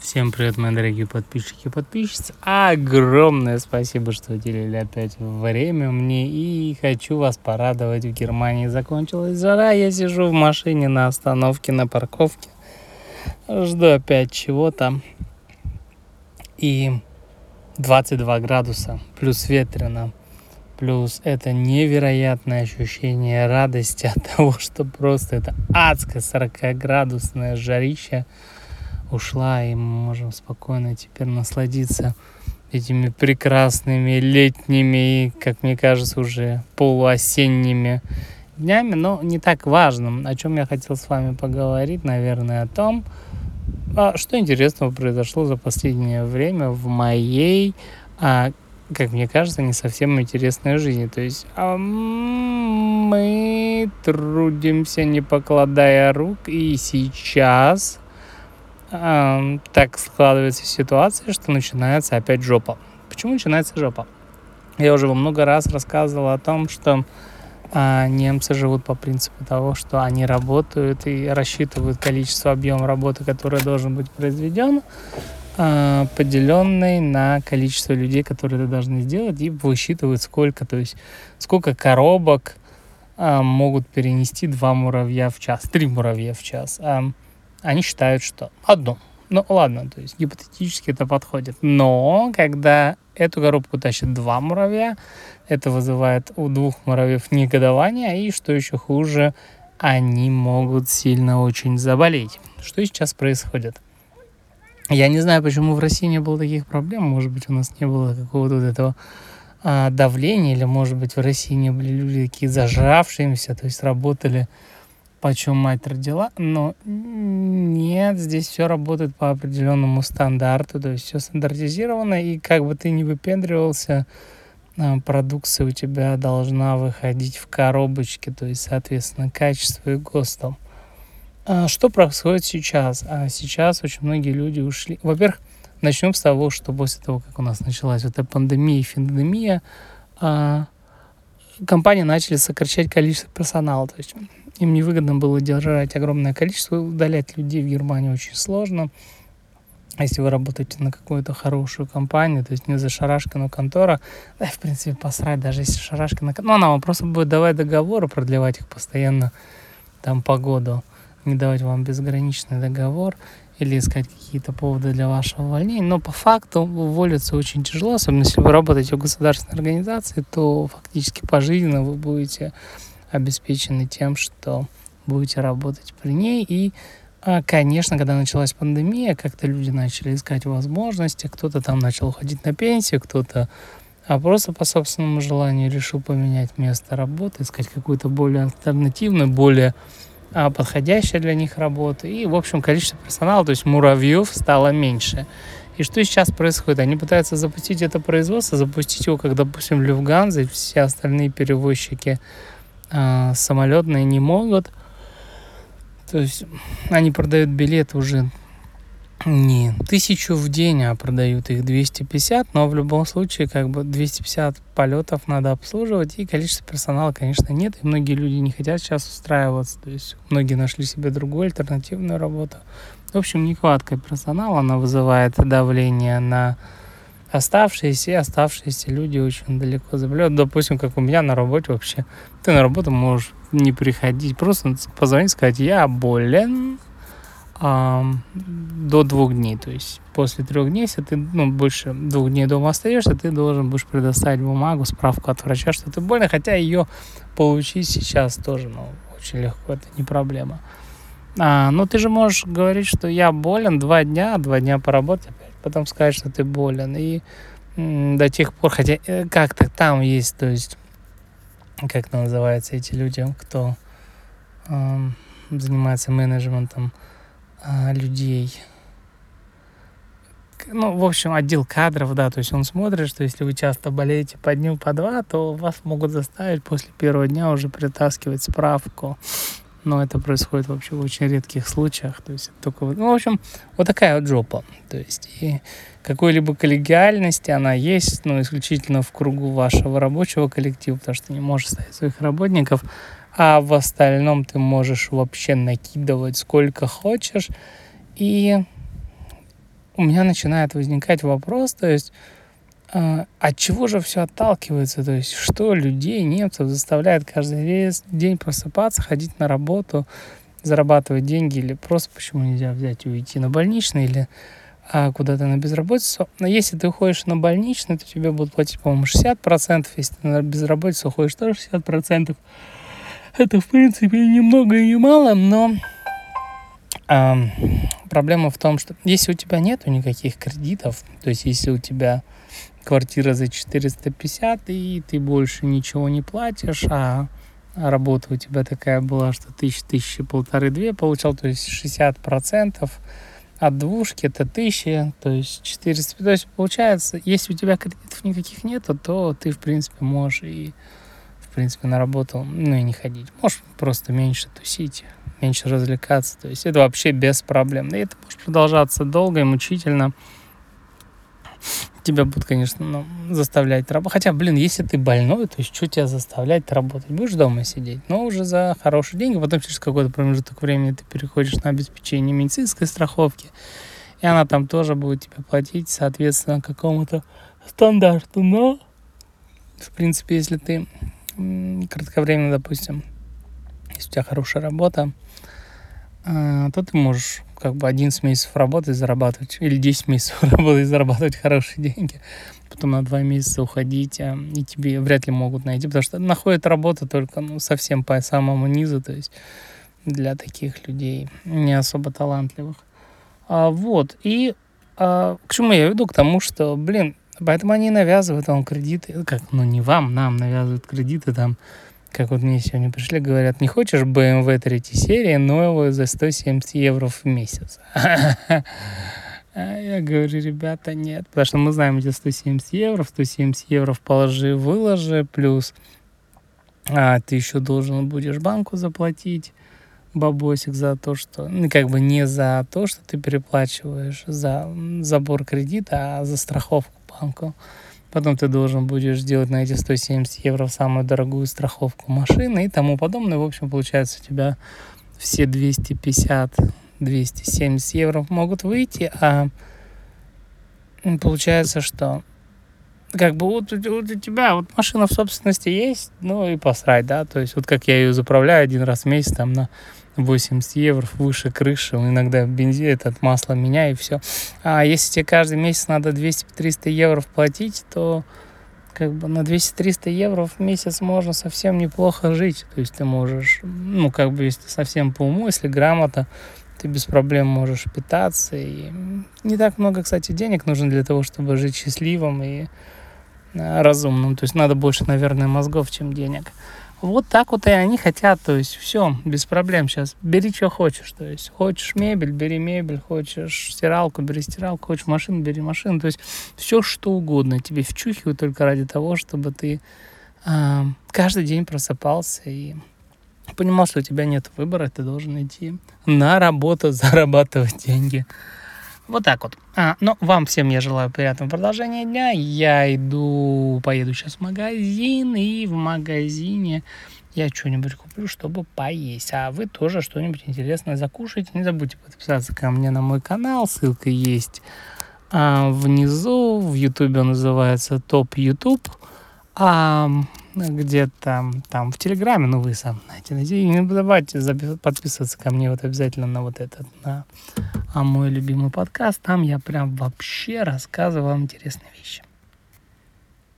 Всем привет, мои дорогие подписчики и подписчицы. Огромное спасибо, что уделили опять время мне. И хочу вас порадовать. В Германии закончилась жара. Я сижу в машине на остановке, на парковке. Жду опять чего-то. И 22 градуса. Плюс ветрено. Плюс это невероятное ощущение радости от того, что просто это адское 40-градусное жарище ушла, и мы можем спокойно теперь насладиться этими прекрасными летними, как мне кажется, уже полуосенними днями. Но не так важно, о чем я хотел с вами поговорить, наверное, о том, что интересного произошло за последнее время в моей, как мне кажется, не совсем интересной жизни. То есть мы трудимся, не покладая рук, и сейчас так складывается ситуация, что начинается опять жопа. Почему начинается жопа? Я уже много раз рассказывал о том, что немцы живут по принципу того, что они работают и рассчитывают количество, объем работы, который должен быть произведен, поделенный на количество людей, которые это должны сделать, и высчитывают сколько, то есть сколько коробок могут перенести 2 муравья в час, 3 муравья в час. Они считают, что одну. Ну ладно, то есть гипотетически это подходит. Но когда эту коробку тащат 2 муравья, это вызывает у 2 муравьев негодование, и что еще хуже, они могут сильно очень заболеть. Что сейчас происходит? Я не знаю, почему в России не было таких проблем. Может быть, у нас не было какого-то вот этого давления, или, может быть, в России не были люди такие зажравшиеся, то есть работали почем мать родила, но нет, здесь все работает по определенному стандарту, то есть все стандартизировано, и как бы ты ни выпендривался, продукция у тебя должна выходить в коробочке, то есть, соответственно, качество и ГОСТом. Что происходит сейчас? Сейчас очень многие люди ушли. Во-первых, начнем с того, что после того, как у нас началась вот эта пандемия и финдемия, компании начали сокращать количество персонала, то есть им невыгодно было держать огромное количество, удалять людей в Германии очень сложно. Если вы работаете на какую-то хорошую компанию, то есть не за шарашкину контору, да, в принципе, посрать, даже если шарашкина контора, она вам просто будет давать договоры, продлевать их постоянно там по году, не давать вам безграничный договор или искать какие-то поводы для вашего увольнения. Но по факту уволиться очень тяжело, особенно если вы работаете в государственной организации, то фактически пожизненно вы будете обеспечены тем, что будете работать при ней. И, конечно, когда началась пандемия, как-то люди начали искать возможности, кто-то там начал уходить на пенсию, кто-то просто по собственному желанию решил поменять место работы, искать какую-то более альтернативную, более подходящую для них работу. И, в общем, количество персонала, то есть муравьев, стало меньше. И что сейчас происходит? Они пытаются запустить это производство, запустить его, как, допустим, Люфтганза и все остальные перевозчики самолетные не могут. То есть они продают билеты уже не 1000 в день, а продают их 250, но в любом случае как бы 250 полетов надо обслуживать, и количество персонала, конечно, нет, и многие люди не хотят сейчас устраиваться, то есть многие нашли себе другую альтернативную работу. В общем, нехватка персонала, она вызывает давление на оставшиеся, и оставшиеся люди очень далеко заболевают. Допустим, как у меня на работе вообще. Ты на работу можешь не приходить, просто позвонить, сказать, я болен до 2 дней. То есть после 3 дней, если ты больше 2 дней дома остаешься, ты должен будешь предоставить бумагу, справку от врача, что ты болен, хотя ее получить сейчас тоже очень легко, это не проблема. Но ты же можешь говорить, что я болен 2 дня поработать опять, потом сказать, что ты болен. И до тех пор, хотя как-то там есть, то есть, как это называется, эти люди, кто занимается менеджментом людей. В общем, отдел кадров, да, то есть он смотрит, что если вы часто болеете по дню, по 2, то вас могут заставить после 1-го дня уже притаскивать справку. Но это происходит вообще в очень редких случаях. То есть только в общем, вот такая вот жопа. То есть и какой-либо коллегиальности она есть, но исключительно в кругу вашего рабочего коллектива, потому что ты не можешь ставить своих работников, а в остальном ты можешь вообще накидывать сколько хочешь. И у меня начинает возникать вопрос, то есть от чего же все отталкивается, то есть что людей, немцев заставляет каждый день просыпаться, ходить на работу, зарабатывать деньги, или просто почему нельзя взять и уйти на больничный или куда-то на безработицу. Но если ты уходишь на больничный, то тебе будут платить, по-моему, 60%. Если ты на безработицу уходишь, тоже 60%. Это, в принципе, ни много и ни мало, но проблема в том, что если у тебя нету никаких кредитов, то есть если у тебя квартира за 450, и ты больше ничего не платишь, а работа у тебя такая была, что тысячи, полторы-две получал, то есть 60% от двушки это 1000, то есть 400. То есть получается, если у тебя кредитов никаких нету, то ты, в принципе, можешь и, в принципе, на работу, и не ходить. Можешь просто меньше тусить, меньше развлекаться. То есть это вообще без проблем. И это может продолжаться долго и мучительно. Тебя будут, конечно, заставлять работать. Хотя, если ты больной, то есть что тебя заставлять работать? Будешь дома сидеть, но уже за хорошие деньги. Потом через какой-то промежуток времени ты переходишь на обеспечение медицинской страховки. И она там тоже будет тебе платить, соответственно, какому-то стандарту. Но, в принципе, если ты кратковременно, допустим, если у тебя хорошая работа, то ты можешь 11 месяцев работать, зарабатывать, или 10 месяцев работать, зарабатывать хорошие деньги. Потом на 2 месяца уходить, и тебе вряд ли могут найти, потому что находят работу только совсем по самому низу, то есть для таких людей не особо талантливых. И к чему я веду? К тому, что, поэтому они навязывают вам кредиты, не вам, нам навязывают кредиты там. Как мне сегодня пришли, говорят, не хочешь BMW 3 серии новую за 170 евро в месяц? Я говорю, ребята, нет. Потому что мы знаем эти 170 евро. 170 евро положи, выложи. Плюс ты еще должен будешь банку заплатить бабосик за то, что... не за то, что ты переплачиваешь за забор кредита, а за страховку банку. Потом ты должен будешь сделать на эти 170 евро самую дорогую страховку машины и тому подобное. В общем, получается, у тебя все 250-270 евро могут выйти, а получается, что вот у тебя машина в собственности есть, и посрать, да, то есть как я ее заправляю один раз в месяц там на 80 евро выше крыши, иногда бензин, масло меняю и все. А если тебе каждый месяц надо 200-300 евро платить, то на 200-300 евро в месяц можно совсем неплохо жить. То есть ты можешь, если ты совсем по уму, если грамотно, ты без проблем можешь питаться. И не так много, кстати, денег нужно для того, чтобы жить счастливым и разумным. То есть надо больше, наверное, мозгов, чем денег. Вот так вот и они хотят, то есть все, без проблем сейчас. Бери, что хочешь, то есть хочешь мебель, бери мебель, хочешь стиралку, бери стиралку, хочешь машину, бери машину. То есть все, что угодно тебе вчухивают только ради того, чтобы ты каждый день просыпался и понимал, что у тебя нет выбора, ты должен идти на работу, зарабатывать деньги. Вот так вот. Но вам всем я желаю приятного продолжения дня. Я поеду сейчас в магазин, и в магазине я что-нибудь куплю, чтобы поесть. А вы тоже что-нибудь интересное закушайте. Не забудьте подписаться ко мне на мой канал. Ссылка есть внизу. В Ютубе он называется Топ Ютуб. Где-то там в Телеграме, вы сам знаете. И не забывайте подписываться ко мне обязательно на мой любимый подкаст. Там я прям вообще рассказываю вам интересные вещи.